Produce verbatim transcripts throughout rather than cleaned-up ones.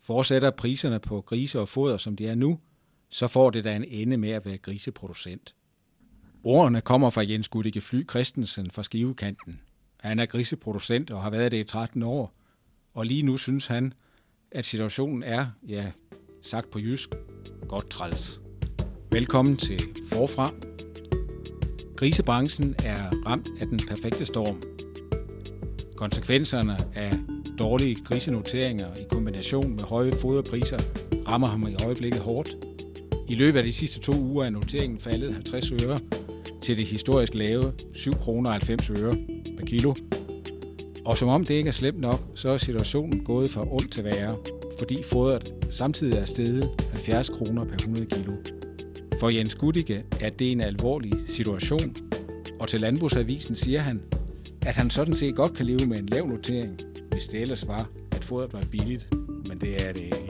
Fortsætter priserne på grise og foder, som de er nu, så får det da en ende med at være griseproducent. Ordene kommer fra Jens Guddike Fly Christensen fra Skivekanten. Han er griseproducent og har været det i tretten år, og lige nu synes han, at situationen er, ja, sagt på jysk, godt træls. Velkommen til Forfra. Grisebranchen er ramt af den perfekte storm. Konsekvenserne af dårlige grisenoteringer i kombination med høje foderpriser rammer ham i øjeblikket hårdt. I løbet af de sidste to uger er noteringen faldet halvtreds øre til det historisk lave syv kroner og halvfems øre per kilo. Og som om det ikke er slemt nok, så er situationen gået fra ondt til værre, fordi fodret samtidig er steget halvfjerds kroner per hundrede kilo. For Jens Guddike er det en alvorlig situation, og til Landbrugsavisen siger han, at han sådan set godt kan leve med en lav notering, hvis det ellers var, at fodret var billigt, men det er det ikke.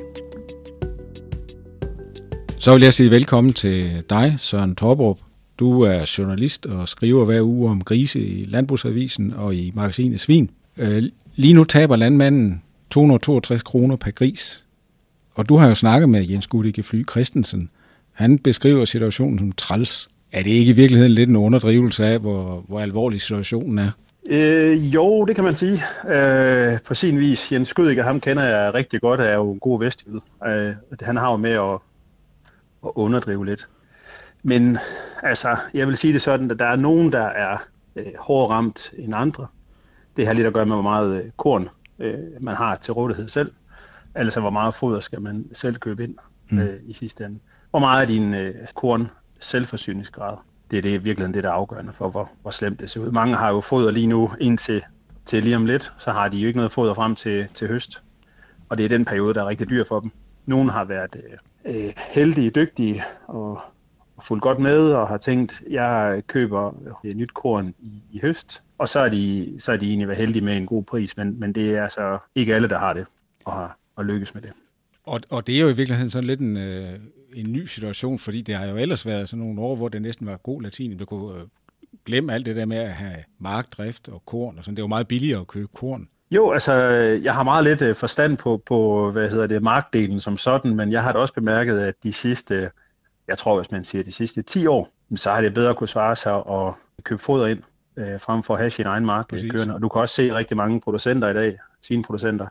Så vil jeg sige velkommen til dig, Søren Torbrup. Du er journalist og skriver hver uge om grise i Landbrugsavisen og i magasinet Svin. Lige nu taber landmanden to hundrede og toogtres kroner per gris, og du har jo snakket med Jens Guddike Fly Christensen. Han beskriver situationen som træls. Er det ikke i virkeligheden lidt en underdrivelse af, hvor, hvor alvorlig situationen er? Øh, jo, det kan man sige. Øh, på sin vis. Jens Guddike, ham kender jeg rigtig godt, er jo en god vestjyde. Øh, han har jo med at, at underdrive lidt. Men altså, jeg vil sige det sådan, at der er nogen, der er øh, hårdere ramt end andre. Det har lidt at gøre med, hvor meget øh, korn øh, man har til rådighed selv. Altså, hvor meget foder skal man selv købe ind øh, mm. i sidste ende. Hvor meget er din øh, korn selvforsyningsgrad? Det er det i virkeligheden det, der er afgørende for, hvor, hvor slemt det ser ud. Mange har jo foder lige nu indtil til lige om lidt, så har de jo ikke noget foder frem til, til høst. Og det er den periode, der er rigtig dyr for dem. Nogle har været øh, heldige, dygtige og, og fulgt godt med og har tænkt, jeg køber et nyt korn i, i høst. Og så er, de, så er de egentlig været heldige med en god pris, men, men det er altså ikke alle, der har det og har og lykkes med det. Og, og det er jo i virkeligheden sådan lidt en, øh, en ny situation, fordi det har jo ellers været sådan nogle år, hvor det næsten var god latin. Du kunne øh, glemme alt det der med at have markdrift og korn og sådan. Det er jo meget billigere at købe korn. Jo, altså jeg har meget lidt forstand på, på hvad hedder det, markdelen som sådan, men jeg har da også bemærket, at de sidste, jeg tror hvis man siger de sidste ti år, så har det bedre kunne svare sig at købe foder ind, øh, frem for at have sin egen mark kørende. Og du kan også se rigtig mange producenter i dag, svineproducenter,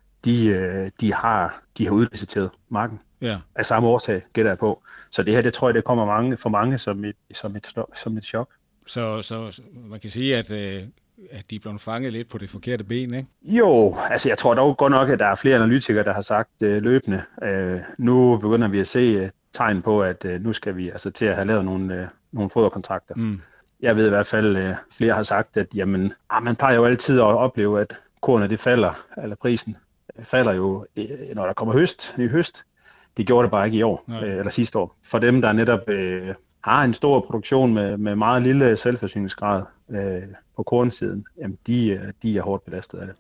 de, de har, de har udliciteret marken. Ja. Af samme årsag, gætter jeg på. Så det her, det tror jeg, det kommer mange, for mange som et, som et, som et chok. Så, så man kan sige, at, at de er blevet fanget lidt på det forkerte ben, ikke? Jo, altså jeg tror dog godt nok, at der er flere analytikere, der har sagt øh, løbende. Øh, nu begynder vi at se øh, tegn på, at øh, nu skal vi altså til at have lavet nogle, øh, nogle foderkontrakter. Mm. Jeg ved i hvert fald, øh, flere har sagt, at jamen, ah, man plejer jo altid at opleve, at kornet det falder, eller prisen falder jo, når der kommer høst i høst. Det gjorde det bare ikke i år, øh, eller sidste år. For dem, der netop øh, har en stor produktion med, med meget lille selvforsyningsgrad øh, på kornsiden, jamen de, de er hårdt belastet af det.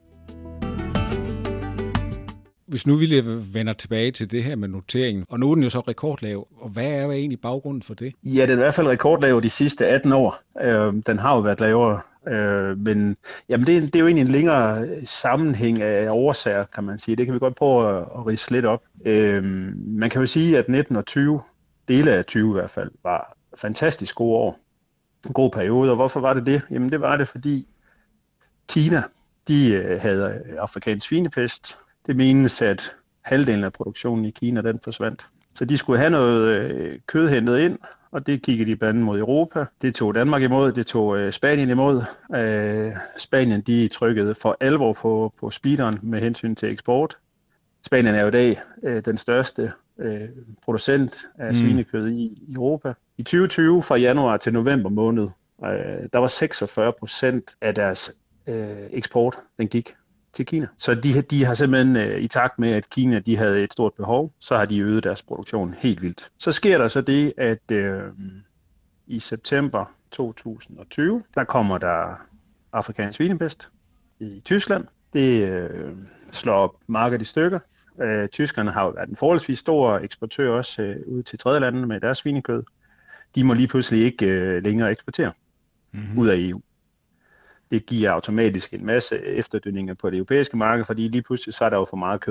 Hvis nu vi lige vender tilbage til det her med noteringen, og nu er den jo så rekordlav, og hvad er egentlig baggrunden for det? Ja, den er i hvert fald rekordlav de sidste atten år. Øh, den har jo været lavere. Øh, men jamen det, det er jo egentlig en længere sammenhæng af årsager, kan man sige. Det kan vi godt prøve at, at ridse lidt op. Øh, man kan jo sige, at nitten og tyve, dele af tyve i hvert fald, var fantastisk gode år. En god periode, og hvorfor var det det? Jamen det var det, fordi Kina, de havde afrikansk svinepest. Det menes, at halvdelen af produktionen i Kina, den forsvandt. Så de skulle have noget øh, kød hentet ind, og det kiggede de blandt andet mod Europa. Det tog Danmark imod, det tog øh, Spanien imod. Øh, Spanien, de trykkede for alvor på, på speederen med hensyn til eksport. Spanien er jo i dag øh, den største øh, producent af mm. svinekød i, i Europa. I tyve tyve, fra januar til november måned, øh, der var seksogfyrre procent af deres øh, eksport, den gik til Kina. Så de, de har simpelthen øh, i takt med, at Kina de havde et stort behov, så har de øget deres produktion helt vildt. Så sker der så det, at øh, i september to tusind og tyve, der kommer der afrikansk svinepest i Tyskland. Det øh, slår markedet i stykker. Øh, tyskerne har jo været en forholdsvis stor eksportør også øh, ud til tredje lande med deres svinekød. De må lige pludselig ikke øh, længere eksportere mm-hmm. ud af E U. Det giver automatisk en masse efterdønninger på det europæiske marked, fordi lige pludselig så er der jo for meget kød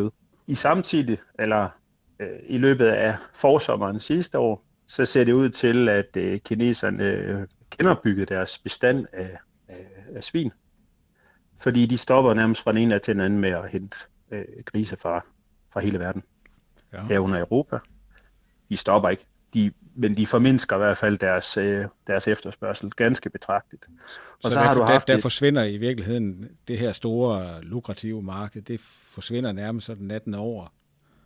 I samtidig, eller øh, i løbet af forsommeren sidste år, så ser det ud til, at øh, kineserne øh, genopbyggede deres bestand af, af, af svin. Fordi de stopper nærmest fra den ene dag til den anden med at hente øh, grise fra, fra hele verden. Ja. Herunder Europa. De stopper ikke. De, men de formindsker i hvert fald deres, øh, deres efterspørgsel ganske betragteligt. Og så, så har der, du haft der, der forsvinder i virkeligheden det her store lukrative marked. Det forsvinder nærmest sådan natten over.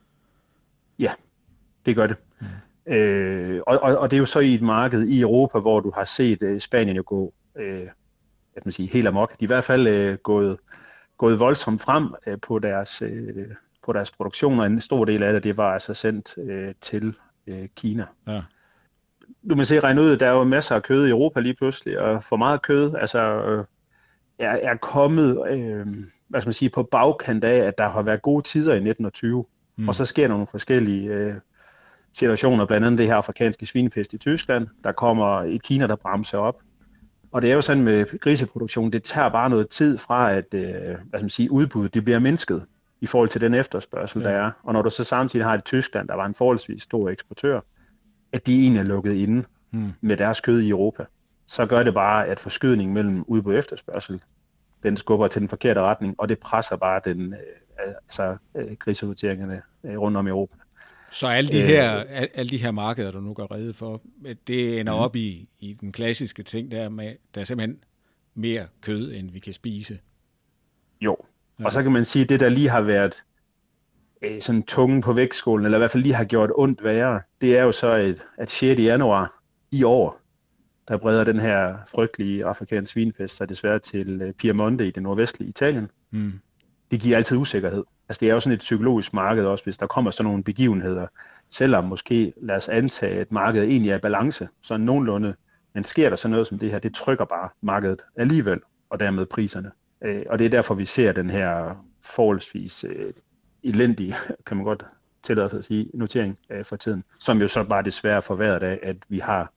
Ja, det gør det. Mm. Øh, og, og, og det er jo så i et marked i Europa, hvor du har set øh, Spanien jo gå øh, at man sige, helt amok. De er i hvert fald øh, gået, gået voldsomt frem øh, på, deres, øh, på deres produktion, og en stor del af det, det var altså sendt øh, til øh, Kina. Ja. Du må se, regne ud, der er jo masser af kød i Europa lige pludselig, og for meget kød altså, øh, er, er kommet øh, hvad skal man sige, på bagkant af, at der har været gode tider i nitten tyve, mm. og så sker der nogle forskellige øh, situationer, blandt andet det her afrikanske svinepest i Tyskland, der kommer et Kina, der bremser op. Og det er jo sådan med griseproduktion, det tager bare noget tid fra, at øh, hvad skal man sige, udbuddet det bliver mindsket i forhold til den efterspørgsel, ja. Der er. Og når du så samtidig har et Tyskland, der var en forholdsvis stor eksportør, at de egentlig er lukket inde hmm. med deres kød i Europa, så gør det bare, at forskydningen mellem udbud og efterspørgsel, den skubber til den forkerte retning, og det presser bare den, øh, altså, øh, griseudteringerne øh, rundt om i Europa. Så alle de her, øh, alle de her markeder, du nu gør rede for, det ender mm. op i, i den klassiske ting, der med, der er simpelthen mere kød, end vi kan spise. Jo, ja. Og så kan man sige, at det, der lige har været øh, sådan tungen på vægtskålen, eller i hvert fald lige har gjort ondt værre, det er jo så, et, at sjette januar i år, der breder den her frygtelige afrikanske svinepest sig desværre til Piemonte i det nordvestlige Italien. Mm. Det giver altid usikkerhed. Altså det er jo sådan et psykologisk marked også, hvis der kommer sådan nogle begivenheder, selvom måske, lad os antage, at markedet egentlig er i balance, sådan nogenlunde, men sker der så noget som det her, det trykker bare markedet alligevel, og dermed priserne. Og det er derfor, vi ser den her forholdsvis øh, elendige, kan man godt tillade sig at sige, notering øh, for tiden, som jo så bare desværre forværret af, at vi har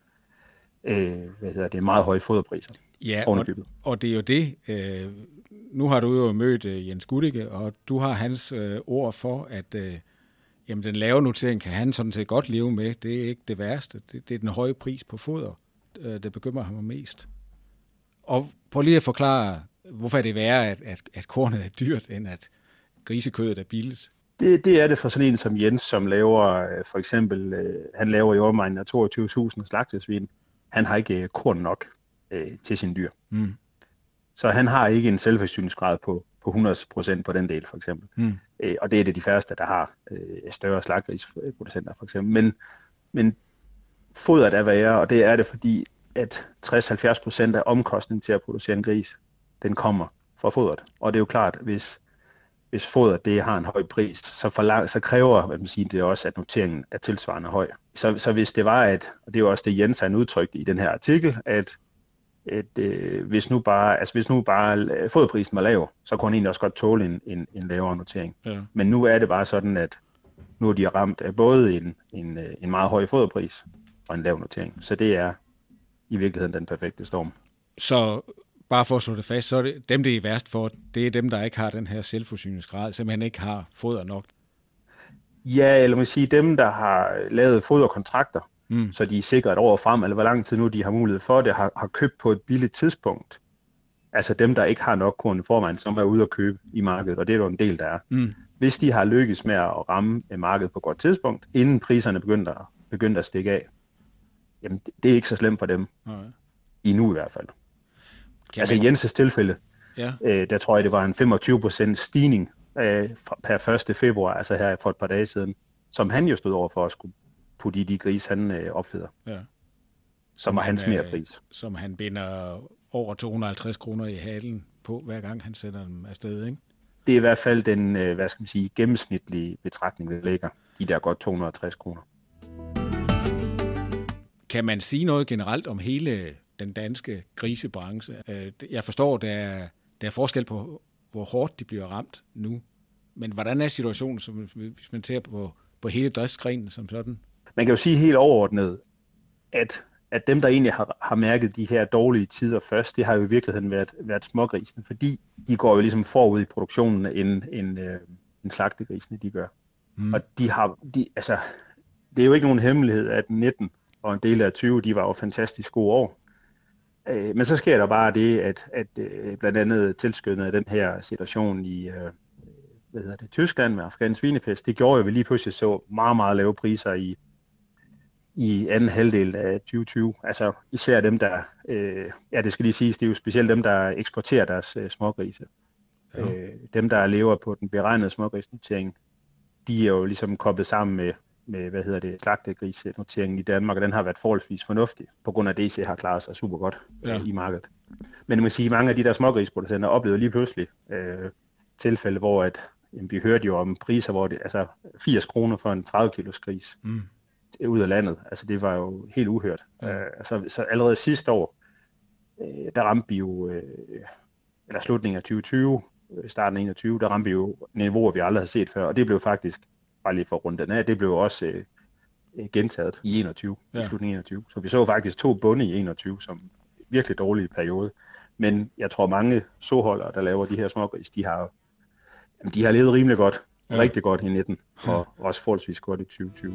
øh, hvad hedder det, meget høje foderpriser. Ja, og, og det er jo det. Øh, nu har du jo mødt øh, Jens Gudicke, og du har hans øh, ord for, at øh, jamen, den lave notering kan han sådan set godt leve med. Det er ikke det værste. Det, det er den høje pris på foder, øh, der bekymrer ham mest. Og prøv lige at forklare, hvorfor er det værre, at, at, at kornet er dyrt, end at grisekødet er billigt? Det, det er det for sådan en som Jens, som laver for eksempel, øh, han laver i omegnen af toogtyve tusind slagtesvin. Han har ikke øh, korn nok øh, til sin dyr. Mm. Så han har ikke en selvforsyningsgrad på, på hundrede procent på den del, for eksempel. Mm. Øh, og det er det de færreste, der har øh, større slagtgrisproducenter, for eksempel. Men, men fodret er værre, og det er det, fordi at tres til halvfjerds procent af omkostningen til at producere en gris, den kommer fra fodret. Og det er jo klart, hvis, hvis fodret det har en høj pris, så, forlang, så kræver hvad man siger, det også, at noteringen er tilsvarende høj. Så, så hvis det var, at, og det er jo også det Jens han udtrykte i den her artikel, at, at øh, hvis nu bare, altså hvis nu bare foderprisen var lav, så kunne han egentlig også godt tåle en, en, en lavere notering. Ja. Men nu er det bare sådan, at nu er de ramt af både en, en, en meget høj foderpris og en lav notering. Så det er i virkeligheden den perfekte storm. Så bare for at slå det fast, så er det dem, det er værst for, det er dem, der ikke har den her selvforsyningsgrad, simpelthen ikke har foder nok. Ja, eller man sige dem, der har lavet foderkontrakter, mm. så de er sikret et år frem, eller hvor lang tid nu de har mulighed for det, har, har købt på et billigt tidspunkt. Altså dem, der ikke har nok korn i forvejen, som er ude at købe i markedet, og det er jo en del, der er. Mm. Hvis de har lykkes med at ramme markedet på et godt tidspunkt, inden priserne begynder, begynder at stikke af, jamen det er ikke så slemt for dem. Okay. I nu i hvert fald. Kan altså i Jenses tilfælde, ja. øh, der tror jeg, det var en femogtyve procent stigning øh, per første februar, altså her for et par dage siden, som han jo stod over for at skulle putte i de gris, han øh, opfeder. Ja. Som, som var hans mere pris. Som han binder over to hundrede og halvtreds kroner i halen på, hver gang han sender dem afsted, ikke? Det er i hvert fald den, øh, hvad skal man sige, gennemsnitlige betragtning, der ligger. De der godt to hundrede og tres kroner. Kan man sige noget generelt om hele den danske grisebranche? Jeg forstår, der er, der er forskel på, hvor hårdt de bliver ramt nu. Men hvordan er situationen, som, hvis man ser på, på hele driftsgrenen som sådan? Man kan jo sige helt overordnet, at, at dem, der egentlig har, har mærket de her dårlige tider først, det har jo i virkeligheden været, været smågrisen, fordi de går jo ligesom forud i produktionen, end, end, end slagtegrisene de gør. Mm. Og de har, de, altså, det er jo ikke nogen hemmelighed, at nitten og en del af tyve, de var jo fantastisk gode år. Øh, men så sker der bare det, at, at øh, blandt andet tilskyndet af den her situation i øh, hvad hedder det, Tyskland med afghansk svinepest, det gjorde jo, at vi lige pludselig så meget, meget lave priser i, i anden halvdel af tyve tyve. Altså især dem, der, øh, ja det skal lige siges, det er jo specielt dem, der eksporterer deres øh, smågrise. Ja. Øh, dem, der lever på den beregnede smågrisnotering, de er jo ligesom koblet sammen med, med hvad hedder det, slagtegrisnoteringen i Danmark, og den har været forholdsvis fornuftig, på grund af at D C har klaret sig super godt ja. øh, i markedet. Men man kan sige, at mange af de der smågrisproducenter oplevede lige pludselig øh, tilfælde, hvor at, jamen, vi hørte jo om priser, hvor det, altså firs kroner for en tredive kilos gris mm. ud af landet. Altså det var jo helt uhørt. Ja. Øh, altså, så allerede sidste år, øh, der ramte vi jo, øh, eller slutningen af tyve tyve, starten af enogtyve, der ramte vi jo niveauer, vi aldrig havde set før, og det blev faktisk, bare lige for rundt den af, det blev også øh, gentaget i enogtyve, ja. I slutningen af enogtyve. Så vi så faktisk to bunde i enogtyve, som virkelig dårlig periode. Men jeg tror, mange såholdere, der laver de her smågris, de har, jamen, de har levet rimelig godt, ja. Rigtig godt i nitten, og ja. Også forholdsvis godt i tyve tyve.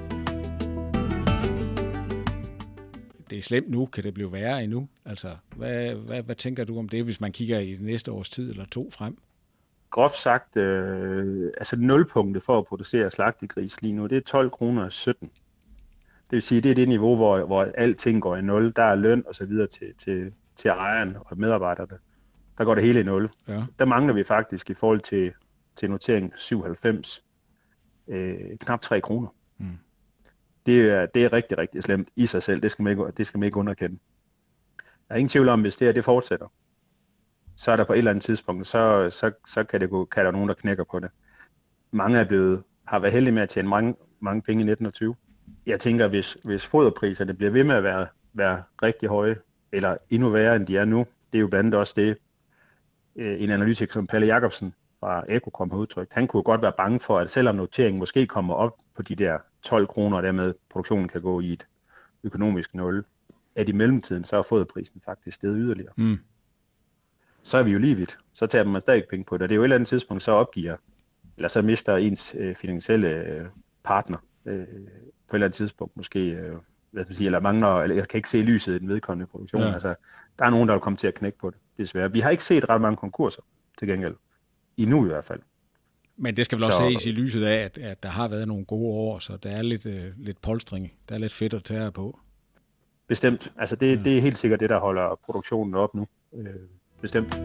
Det er slemt nu, kan det blive værre endnu? Altså, hvad, hvad, hvad tænker du om det, hvis man kigger i det næste års tid eller to frem? Groft sagt, øh, altså nulpunktet for at producere slagtegris lige nu, det er tolv kroner sytten. Det vil sige, det er det niveau, hvor, hvor alting går i nul. Der er løn og så videre til, til, til ejeren og medarbejderne. Der går det hele i nul. Ja. Der mangler vi faktisk i forhold til, til notering syvoghalvfems øh, knap tre kroner. Mm. Det er, det er rigtig, rigtig slemt i sig selv. Det skal man ikke, det skal man ikke underkende. Der er ingen tvivl om, hvis det her det fortsætter, så er der på et eller andet tidspunkt, så, så, så kan, det gå, kan der nogen, der knækker på det. Mange er blevet, har været heldige med at tjene mange, mange penge i nitten og tyve. Jeg tænker, hvis, hvis foderpriserne bliver ved med at være, være rigtig høje, eller endnu værre, end de er nu, det er jo blandt andet også det, en analytiker som Palle Jacobsen fra Ecocom har udtrykt. Han kunne godt være bange for, at selvom noteringen måske kommer op på de der tolv kroner, og dermed produktionen kan gå i et økonomisk nul, at i mellemtiden, så er foderprisen faktisk steget yderligere. Mm. Så er vi jo lige vidt. Så tager man stadig penge på det. Og det er jo et eller andet tidspunkt, så opgiver, eller så mister ens øh, finansielle øh, partner øh, på et eller andet tidspunkt måske, øh, hvad skal sige, eller mangler, eller jeg kan ikke se lyset i den vedkommende produktion. Ja. Altså, der er nogen, der vil komme til at knække på det, desværre. Vi har ikke set ret mange konkurser, til gengæld. I nu i hvert fald. Men det skal vel også så ses i lyset af, at, at der har været nogle gode år, så der er lidt, øh, lidt polstring. Der er lidt fedt at tage på. Bestemt. Altså det, ja. Det er helt sikkert det, der holder produktionen op nu. Øh, bestemt.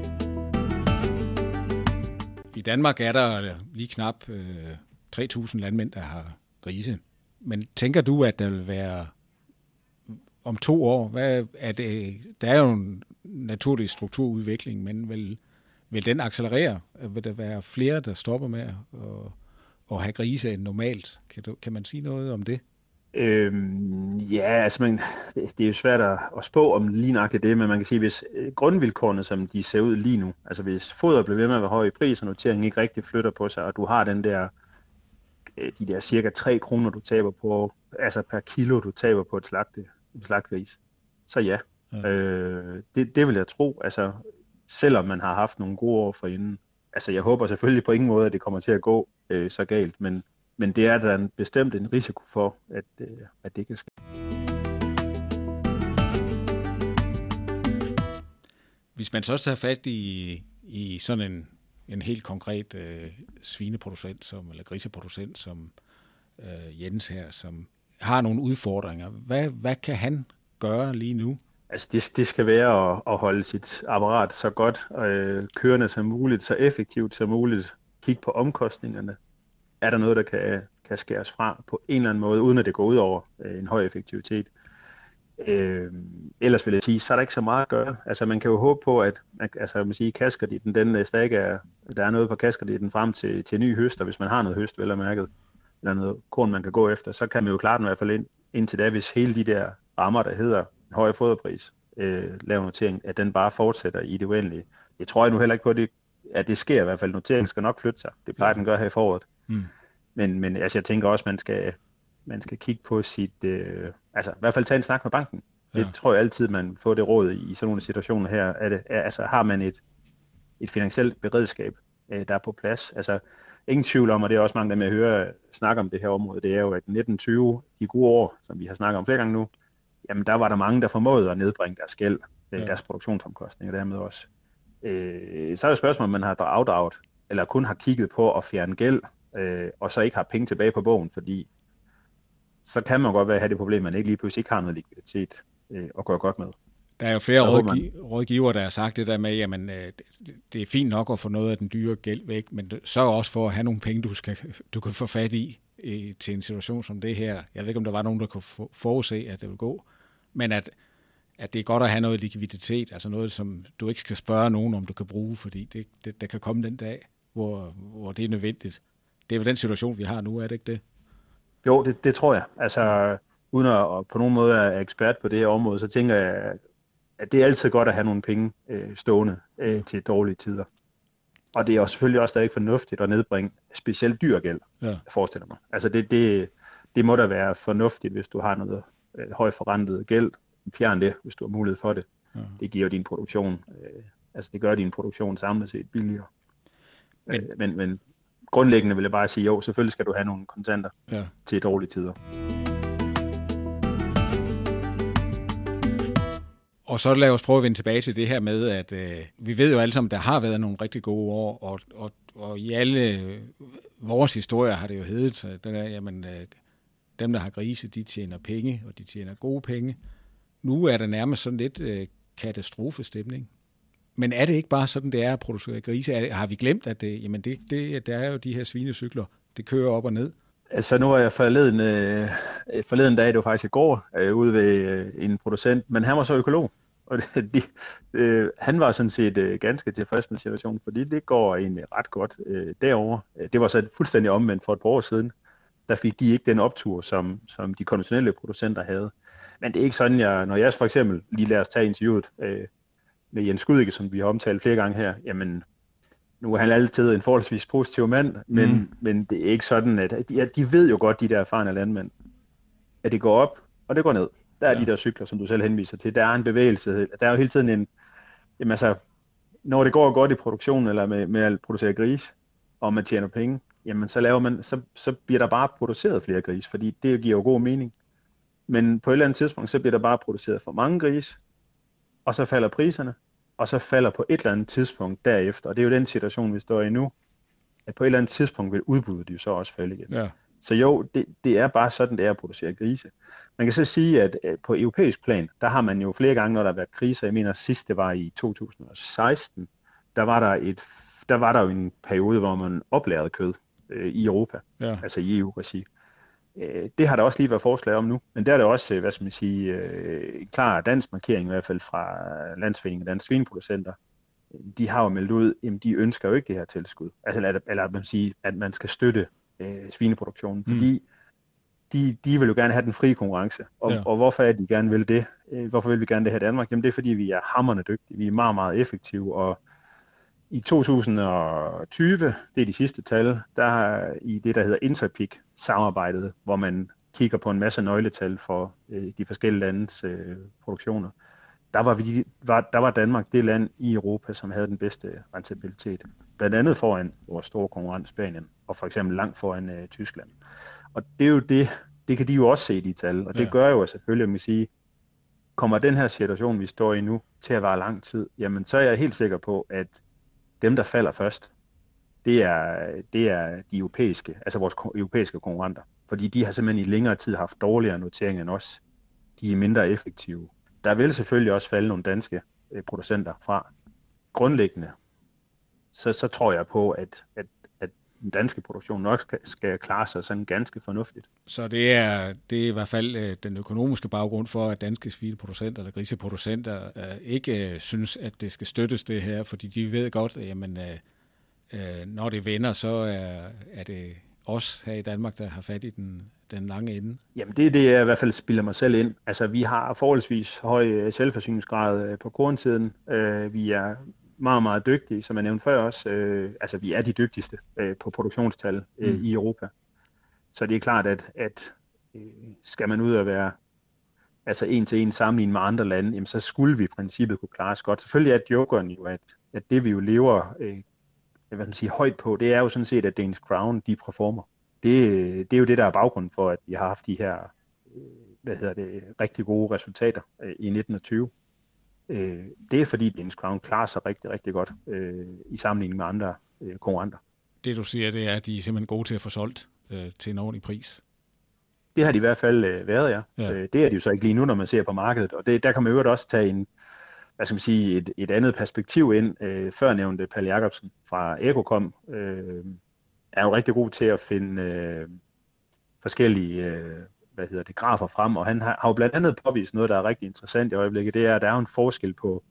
I Danmark er der lige knap øh, tre tusind landmænd, der har grise. Men tænker du, at der vil være om to år, hvad er det, der er jo en naturlig strukturudvikling, men vil, vil den accelerere? Vil der være flere, der stopper med at, at have grise end normalt? Kan, du, kan man sige noget om det? Øhm, ja, altså man, det, det er jo svært at, at spå om lige nøjagtigt det, men man kan sige, hvis grundvilkårene, som de ser ud lige nu, altså hvis foder bliver ved med at være høj i pris, og noteringen ikke rigtig flytter på sig, og du har den der, de der cirka tre kroner, du taber på, altså per kilo, du taber på et slagte, et slagtegris, så ja, ja. Øh, det, det vil jeg tro, altså selvom man har haft nogle gode år forinden. Altså jeg håber selvfølgelig på ingen måde, at det kommer til at gå øh, så galt, men Men det er der en bestemt en risiko for, at, at det kan ske. Hvis man så tager fat i, i sådan en, en helt konkret øh, svineproducent, som, eller griseproducent, som øh, Jens her, som har nogle udfordringer, hvad, hvad kan han gøre lige nu? Altså det, det skal være at, at holde sit apparat så godt øh, kørende som muligt, så effektivt som muligt, kigge på omkostningerne. Er der noget, der kan, kan skæres fra på en eller anden måde, uden at det går ud over øh, en høj effektivitet. Øh, ellers vil jeg sige, så er der ikke så meget at gøre. Altså man kan jo håbe på, at altså, man siger, kaskerditten, den stadig er, der er noget på kaskerditten frem til, til ny høst, og hvis man har noget høst, vel og mærket, eller noget korn, man kan gå efter, så kan man jo klare den i hvert fald ind, indtil da, hvis hele de der rammer, der hedder en høj foderpris, øh, laver notering, at den bare fortsætter i det uendelige. Jeg tror jeg nu heller ikke på, at det, at det sker i hvert fald. Noteringen skal nok flytte sig. Det plejer den gør her i foråret. Mm. Men, men altså, jeg tænker også, man skal man skal kigge på sit, øh, altså i hvert fald tage en snak med banken. Ja. Det tror jeg altid, man får det råd i sådan nogle situationer her. Er det, er, altså har man et, et finansielt beredskab, øh, der er på plads. Altså, ingen tvivl om, og det er også mange, der med at høre snakke om det her område, det er jo, at nitten tyve, de gode år, som vi har snakket om flere gange nu, jamen der var der mange, der formåede at nedbringe deres gæld, øh, ja. deres produktionsomkostninger dermed også. Øh, så er det spørgsmål, om man har afdraget, eller kun har kigget på at fjerne gæld, øh, og så ikke har penge tilbage på bogen, fordi så kan man godt være at have det problem, at man ikke lige pludselig ikke har noget likviditet øh, at gøre godt med. Der er jo flere rådgiv- man... rådgiver, der har sagt det der med, jamen øh, det er fint nok at få noget af den dyre gæld væk, men sørg også for at have nogle penge, du, skal, du kan få fat i, i til en situation som det her. Jeg ved ikke, om der var nogen, der kunne forudse, at det vil gå, men at, at det er godt at have noget likviditet, altså noget, som du ikke skal spørge nogen, om du kan bruge, fordi det, det, der kan komme den dag, hvor, hvor det er nødvendigt. Det er jo den situation, vi har nu, er det ikke det? Jo, det, det tror jeg. Altså, uden at på nogen måde er ekspert på det her område, så tænker jeg, at det er altid godt at have nogle penge øh, stående øh, til dårlige tider. Og det er også selvfølgelig også stadig fornuftigt at nedbringe specielt dyr gæld, ja. jeg forestiller mig. Altså det, det, det må da være fornuftigt, hvis du har noget øh, højt forrentet gæld. Fjern det, hvis du har mulighed for det. Ja. Det giver din produktion, øh, altså det gør din produktion samlet set billigere. Men, øh, men, men grundlæggende vil jeg bare sige, jo, selvfølgelig skal du have nogle kontanter ja. til dårlige tider. Og så lad os prøve at vende tilbage til det her med, at øh, vi ved jo alle sammen, at der har været nogle rigtig gode år, og, og, og i alle øh, vores historier har det jo heddet, den er, jamen, øh, dem, der har grise, de tjener penge, og de tjener gode penge. Nu er der nærmest sådan lidt øh, katastrofestemning. Men er det ikke bare sådan, det er at producere grise? Er det, har vi glemt, at det, jamen det, det, der er jo de her svinecykler, det kører op og ned? Altså nu er jeg forleden, øh, forleden dag, det var faktisk i går, øh, ude ved øh, en producent, men han var så økolog. Og det, de, øh, han var sådan set øh, ganske tilfreds med situationen, fordi det går egentlig ret godt øh, derovre. Det var så fuldstændig omvendt for et par år siden. Der fik de ikke den optur, som, som de konventionelle producenter havde. Men det er ikke sådan, jeg, når jeg for eksempel lige lader os tage interviewet øh, med Jens Gudike, som vi har omtalt flere gange her, jamen nu er han altid en forholdsvis positiv mand, men, mm. men det er ikke sådan, at de, de ved jo godt, de der erfarne landmænd, at det går op, og det går ned. Der er ja. de der cykler, som du selv henviser til. Der er en bevægelse. Der er jo hele tiden en... Jamen altså, når det går godt i produktionen, eller med, med at producere gris, og man tjener penge, jamen så, laver man, så, så bliver der bare produceret flere gris, fordi det giver jo god mening. Men på et eller andet tidspunkt, så bliver der bare produceret for mange gris, og så falder priserne, og så falder på et eller andet tidspunkt derefter. Og det er jo den situation, vi står i nu, at på et eller andet tidspunkt vil udbuddet jo så også falde igen. Ja. Så jo, det, det er bare sådan, det er at producere grise. Man kan så sige, at på europæisk plan, der har man jo flere gange, når der har været kriser, jeg mener sidst det var i to tusind og seksten, der var der, et, der, var der jo en periode, hvor man oplærede kød øh, i Europa, ja. altså i E U-regi. Øh, det har der også lige været forslag om nu, men der er der også, hvad skal man sige, øh, en klar dansk markering i hvert fald fra Landsforeningen af Danske Svineproducenter. De har jo meldt ud, at de ønsker jo ikke det her tilskud. Altså, eller, eller man sige, at man skal støtte øh, svineproduktionen, fordi mm. de, de vil jo gerne have den frie konkurrence. Og, ja. og hvorfor er de gerne vil det? Hvorfor vil vi gerne det her i Danmark? Jamen det er fordi, vi er hamrende dygtige. Vi er meget, meget effektive, og i to tusind og tyve, det er de sidste tal, der er i det, der hedder Interpic-samarbejdet, hvor man kigger på en masse nøgletal for øh, de forskellige landes øh, produktioner. Der var, vi, var, der var Danmark det land i Europa, som havde den bedste rentabilitet. Blandt andet foran vores store konkurrent Spanien, og for eksempel langt foran øh, Tyskland. Og det er jo det, det kan de jo også se i de tal, og det ja. gør jo selvfølgelig, at man siger, kommer den her situation, vi står i nu, til at vare lang tid, jamen så er jeg helt sikker på, at dem, der falder først, det er, det er de europæiske, altså vores europæiske konkurrenter. Fordi de har simpelthen i længere tid haft dårligere noteringer end os. De er mindre effektive. Der vil selvfølgelig også falde nogle danske øh, producenter fra. Grundlæggende, så, så tror jeg på, at, at, at den danske produktion nok skal, skal klare sig sådan ganske fornuftigt. Så det er, det er i hvert fald øh, den økonomiske baggrund for, at danske svineproducenter eller griseproducenter øh, ikke øh, synes, at det skal støttes det her, fordi de ved godt, at jamen, øh, øh, når det vender, så er, er det os her i Danmark, der har fat i den, den lange ende. Jamen det er det, jeg i hvert fald spiller mig selv ind. Altså vi har forholdsvis høj selvforsyningsgrad på kornsiden. Øh, vi er meget, meget dygtige, som jeg nævnte før også. Øh, altså vi er de dygtigste øh, på produktionstal øh, mm. i Europa. Så det er klart, at, at øh, skal man ud og være altså en til en sammenlignet med andre lande, jamen, så skulle vi i princippet kunne klare os godt. Selvfølgelig er jokeren jo, at, at det vi jo lever øh, hvad man siger, højt på, det er jo sådan set, at Danish Crown, de performer. Det, det er jo det, der er baggrunden for, at vi har haft de her hvad hedder det, rigtig gode resultater i nitten og tyve. Det er fordi Danish Crown klarer sig rigtig, rigtig godt i sammenligning med andre konkurrenter. Det du siger, det er, at de er simpelthen gode til at få solgt øh, til en ordentlig pris. Det har de i hvert fald øh, været, ja. ja. Det er de jo så ikke lige nu, når man ser på markedet. Og det, der kan man jo også tage en, hvad skal man sige, et, et andet perspektiv ind. Øh, før nævnte Palle Jacobsen fra Ecocom øh, er jo rigtig god til at finde øh, forskellige øh, hvad hedder det, grafer frem. Og han har, har jo blandt andet påvist noget, der er rigtig interessant i øjeblikket. Det er, at der er en forskel på,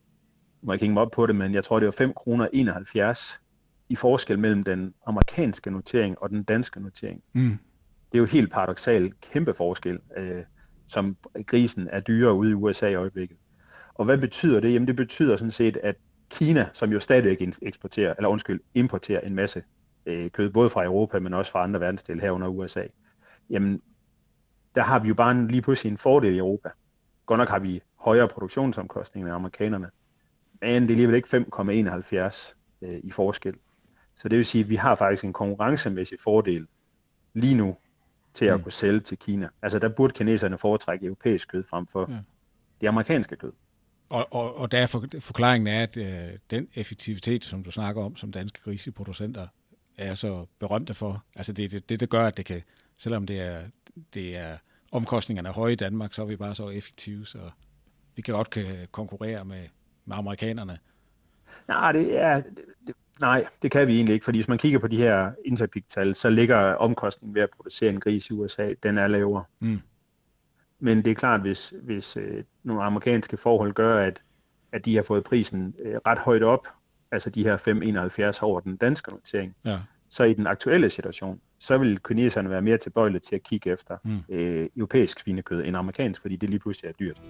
må jeg ikke hænge mig op på det, men jeg tror, det var fem komma enoghalvfjerds i forskel mellem den amerikanske notering og den danske notering. Mm. Det er jo helt paradoksalt kæmpe forskel, øh, som grisen er dyrere ude i U S A i øjeblikket. Og hvad betyder det? Jamen det betyder sådan set, at Kina, som jo stadigvæk eksporterer, eller undskyld, importerer en masse øh, kød, både fra Europa, men også fra andre verdensdele herunder U S A, jamen der har vi jo bare en, lige pludselig en fordel i Europa. Godt nok har vi højere produktionsomkostninger end amerikanerne, men det er alligevel ikke fem komma enoghalvfjerds øh, i forskel. Så det vil sige, at vi har faktisk en konkurrencemæssig fordel lige nu til at mm. kunne sælge til Kina. Altså der burde kineserne foretrække europæisk kød frem for ja. det amerikanske kød. Og, og, og der er for, forklaringen er, at øh, den effektivitet, som du snakker om, som danske griseproducenter er så berømte for, altså det er det, det, der gør, at det kan, selvom det er, det er omkostningerne er høje i Danmark, så er vi bare så effektive, så vi kan godt kan konkurrere med, med amerikanerne. Nej, det er... Det, det, nej, det kan vi egentlig ikke, fordi hvis man kigger på de her Interpic-tal, så ligger omkostningen ved at producere en gris i U S A, den er lavere. Mm. Men det er klart, hvis, hvis øh, nogle amerikanske forhold gør, at, at de har fået prisen øh, ret højt op, altså de her fem komma enoghalvfjerds over den danske notering, ja. så i den aktuelle situation, så vil kineserne være mere tilbøjelige til at kigge efter mm. øh, europæisk svinekød end amerikansk, fordi det lige pludselig er dyrt.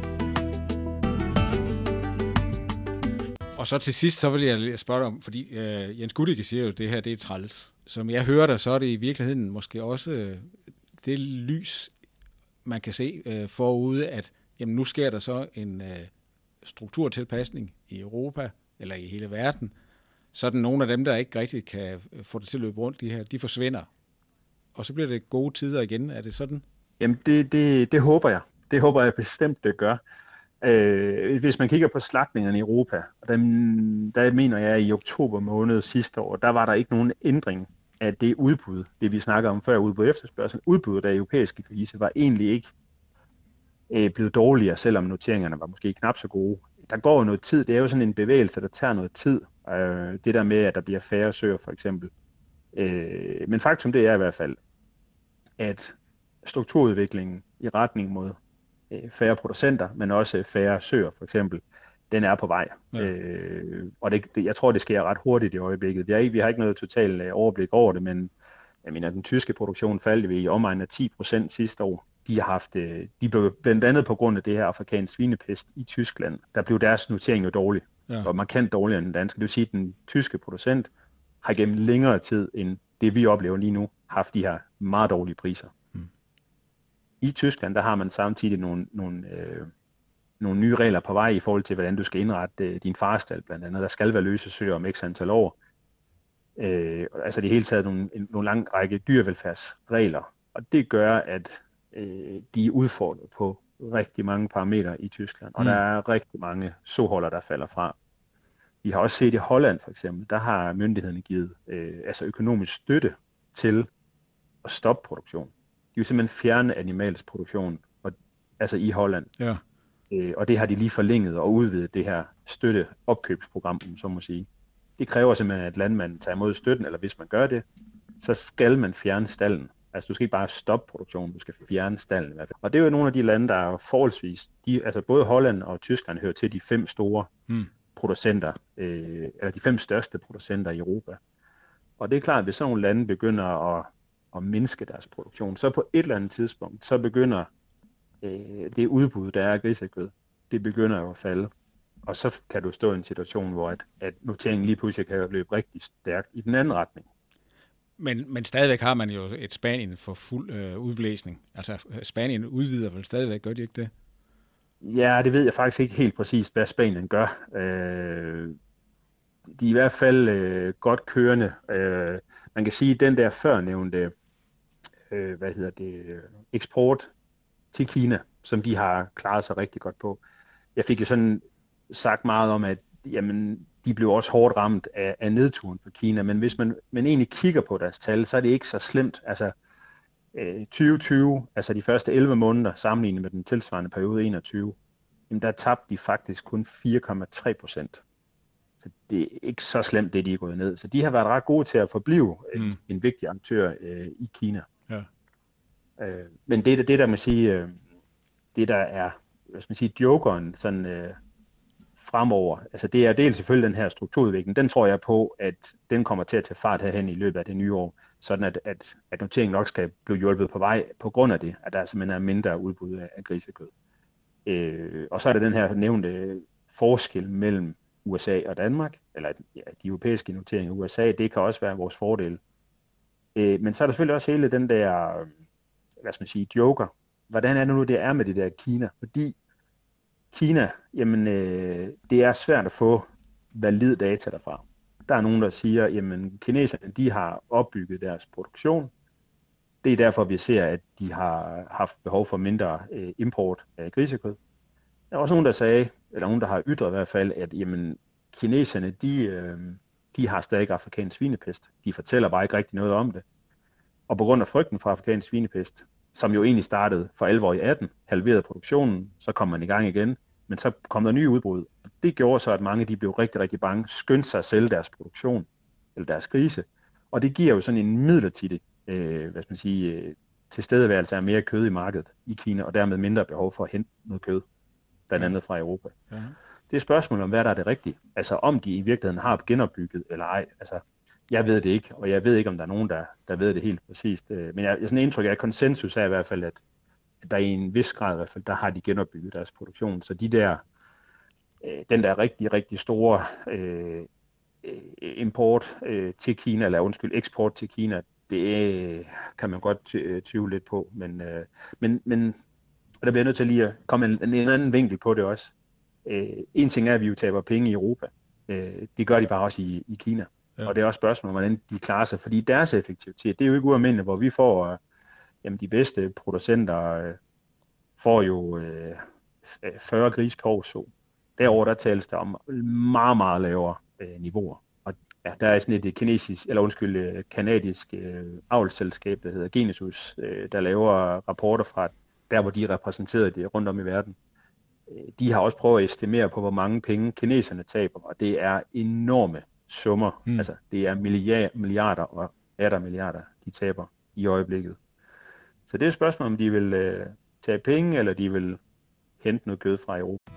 Og så til sidst, så vil jeg spørge dig om, fordi øh, Jens Guttike siger jo, at det her det er træls. Som jeg hører dig, så er det i virkeligheden måske også øh, det lys, man kan se øh, forude, at jamen, nu sker der så en øh, strukturtilpasning i Europa, eller i hele verden, sådan nogle af dem, der ikke rigtig kan få det til at løbe rundt, de her, de forsvinder. Og så bliver det gode tider igen. Er det sådan? Jamen, det, det, det håber jeg. Det håber jeg bestemt, det gør. Øh, hvis man kigger på slagtningerne i Europa, og der, der mener jeg, at i oktober måned sidste år, der var der ikke nogen ændring af det udbud, det vi snakker om før, udbud efterspørgsel. Udbuddet af europæiske grise var egentlig ikke øh, blevet dårligere, selvom noteringerne var måske knap så gode. Der går jo noget tid. Det er jo sådan en bevægelse, der tager noget tid. Øh, det der med, at der bliver færre søer, for eksempel. Øh, men faktum det er i hvert fald, at strukturudviklingen i retning mod øh, færre producenter, men også færre søer, for eksempel, den er på vej. Ja. Øh, og det, det, jeg tror, det sker ret hurtigt i øjeblikket. Vi har ikke, vi har ikke noget totalt øh, overblik over det, men jeg mener, den tyske produktion faldt i omegnen af ti procent sidste år. De har haft, de blev blandt andet på grund af det her afrikanske svinepest i Tyskland, der blev deres notering jo dårlig, ja. og markant dårligere end den danske. Det vil sige, at den tyske producent har gennem længere tid end det, vi oplever lige nu, haft de her meget dårlige priser. Hmm. I Tyskland, der har man samtidig nogle, nogle, øh, nogle nye regler på vej i forhold til, hvordan du skal indrette øh, din farestal blandt andet. Der skal være løse søer om x antal år. Øh, altså det hele taget nogle, nogle lang række dyrevelfærdsregler, og det gør, at de er udfordret på rigtig mange parametre i Tyskland, og mm. der er rigtig mange soholder, der falder fra. Vi har også set i Holland for eksempel, der har myndighederne givet øh, altså økonomisk støtte til at stoppe produktion. De vil simpelthen fjerne animalsk produktion, og, altså i Holland. Ja. Øh, og det har de lige forlænget og udvidet det her støtteopkøbsprogram, som må sige. Det kræver simpelthen, at landmanden tager imod støtten, eller hvis man gør det, så skal man fjerne stalden. Altså du skal ikke bare stoppe produktionen, du skal fjerne stalden i hvert fald. Og det er jo nogle af de lande, der er forholdsvis, de, altså både Holland og Tyskland hører til de fem store mm. producenter, øh, eller de fem største producenter i Europa. Og det er klart, at hvis sådan nogle lande begynder at, at mindske deres produktion, så på et eller andet tidspunkt, så begynder øh, det udbud, der er af grisekød, det begynder jo at falde. Og så kan du stå i en situation, hvor at, at noteringen lige pludselig kan løbe rigtig stærkt i den anden retning. Men, men stadigvæk har man jo et Spanien for fuld øh, udblæsning. Altså Spanien udvider vel stadigvæk, gør de ikke det? Ja, det ved jeg faktisk ikke helt præcist, hvad Spanien gør. Øh, de er i hvert fald øh, godt kørende. Øh, man kan sige, at den der førnævnte øh, hvad hedder det, eksport til Kina, som de har klaret sig rigtig godt på. Jeg fik jo sådan sagt meget om, at jamen, de blev også hårdt ramt af, af nedturen på Kina, men hvis man, man egentlig kigger på deres tal, så er det ikke så slemt. Altså øh, tyve tyve, altså de første elleve måneder sammenlignet med den tilsvarende periode enogtyve, jamen der tabte de faktisk kun fire komma tre procent. Så det er ikke så slemt, det de er gået ned. Så de har været ret gode til at forblive mm. en, en vigtig aktør øh, i Kina. Ja. Øh, men det, det der man sige, øh, det der er, hvad skal man sige, jokeren sådan øh, fremover, altså det er dels selvfølgelig den her strukturudvikling. Den tror jeg på, at den kommer til at tage fart herhen i løbet af det nye år, sådan at, at, at noteringen nok skal blive hjulpet på vej på grund af det, at der simpelthen er mindre udbud af, af grisekød. Øh, og så er der den her nævnte forskel mellem U S A og Danmark, eller ja, de europæiske noteringer i U S A, det kan også være vores fordel. Øh, men så er der selvfølgelig også hele den der, hvad skal man sige, joker. Hvordan er det nu, det er med det der Kina? Fordi Kina, jamen, øh, det er svært at få valid data derfra. Der er nogen, der siger, jamen, kineserne, de har opbygget deres produktion. Det er derfor, vi ser, at de har haft behov for mindre øh, import af grisekød. Der er også nogen, der sagde, eller nogen, der har ytret i hvert fald, at jamen, kineserne, de, øh, de har stadig afrikansk svinepest. De fortæller bare ikke rigtig noget om det. Og på grund af frygten for afrikansk svinepest, som jo egentlig startede for alvor i atten, halverede produktionen, så kom man i gang igen, men så kom der nye udbrud. Og det gjorde så, at mange de blev rigtig, rigtig bange, skyndte sig at sælge deres produktion, eller deres grise. Og det giver jo sådan en midlertidig, øh, hvad skal man sige, øh, tilstedeværelse af mere kød i markedet i Kina, og dermed mindre behov for at hente noget kød, blandt andet fra Europa. Ja. Det er spørgsmålet om, hvad der er det rigtige. Altså om de i virkeligheden har genopbygget eller ej. Altså, jeg ved det ikke, og jeg ved ikke, om der er nogen, der, der ved det helt præcist. Men jeg, sådan en indtryk af konsensus er i hvert fald, at, at der i en vis grad i hvert fald, der har de genopbygget deres produktion. Så de der, øh, den der rigtig, rigtig store øh, import øh, til Kina, eller undskyld, eksport til Kina, det øh, kan man godt t- tvivle lidt på. Men, øh, men, men og der bliver nødt til lige at komme en, en anden vinkel på det også. Øh, en ting er, at vi jo taber penge i Europa. Øh, det gør de bare også i, i Kina. Ja. Og det er også spørgsmålet, hvordan de klarer sig, fordi deres effektivitet, det er jo ikke ualmindeligt, hvor vi får, øh, jamen de bedste producenter øh, får jo øh, fyrre gris per år så. Derover der tales der om meget, meget lavere øh, niveauer. Og ja, der er sådan et kinesisk, eller undskyld, kanadisk øh, avlsselskab, der hedder Genesus, øh, der laver rapporter fra der, hvor de er repræsenteret det rundt om i verden. De har også prøvet at estimere på, hvor mange penge kineserne taber, og det er enorme summer. Mm. Altså, det er milliarder, milliarder og atter milliarder, de taber i øjeblikket. Så det er et spørgsmål, om de vil øh, tage penge, eller de vil hente noget kød fra Europa.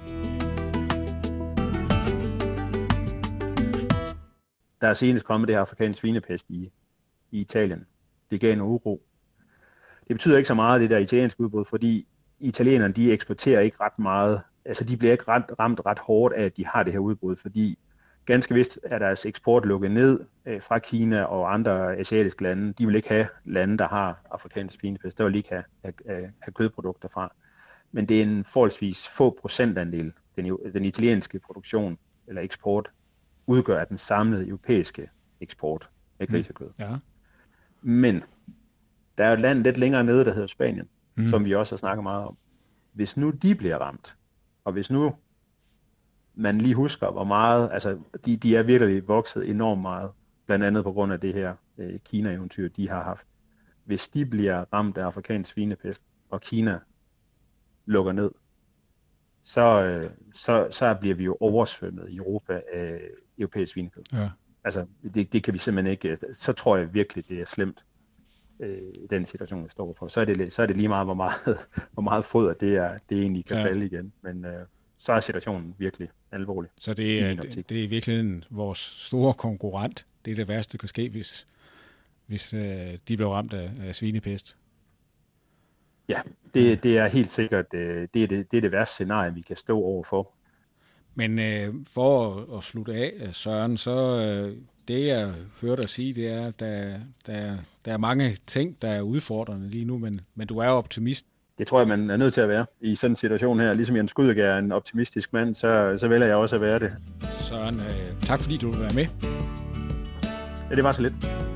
Der er senest kommet det her afrikansk svinepest i, i Italien. Det gav en uro. Det betyder ikke så meget, det der italienske udbrud, fordi italienerne, de eksporterer ikke ret meget. Altså, de bliver ikke ret, ramt ret hårdt af, at de har det her udbrud, fordi ganske vist er deres eksport lukket ned øh, fra Kina og andre asiatiske lande. De vil ikke have lande, der har afrikansk svinepest. Der vil ikke have, have, have kødprodukter fra. Men det er en forholdsvis få procentandel, den, den italienske produktion eller eksport udgør af den samlede europæiske eksport af grisekød. Mm. Ja. Men der er et land lidt længere nede, der hedder Spanien, mm. som vi også har snakket meget om. Hvis nu de bliver ramt, og hvis nu man lige husker, hvor meget, altså de, de er virkelig vokset enormt meget, blandt andet på grund af det her øh, Kina-eventyr, de har haft. Hvis de bliver ramt af afrikansk svinepest, og Kina lukker ned, så, øh, så, så bliver vi jo oversvømmet i Europa af europæisk svinekød. Ja. Altså, det, det kan vi simpelthen ikke, så tror jeg virkelig, det er slemt, øh, den situation, vi står for. Så er det, så er det lige meget, hvor meget, hvor meget foder det, er, det egentlig kan ja. falde igen. Men øh, så er situationen virkelig alvorlig. Så det er, det, det er virkelig vores store konkurrent. Det er det værste, der kan ske, hvis, hvis øh, de bliver ramt af, af svinepest. Ja, det, det er helt sikkert, øh, det, er det, det er det værste scenarie, vi kan stå overfor. Men øh, for at, at slutte af, Søren, så øh, det jeg hørte dig sige, det er, at der, der, der er mange ting, der er udfordrende lige nu, men, men du er optimist. Det tror jeg, man er nødt til at være i sådan en situation her. Ligesom Jens Gudegær er en optimistisk mand, så, så vælger jeg også at være det. Søren, øh, tak fordi du vil være med. Ja, det var så lidt.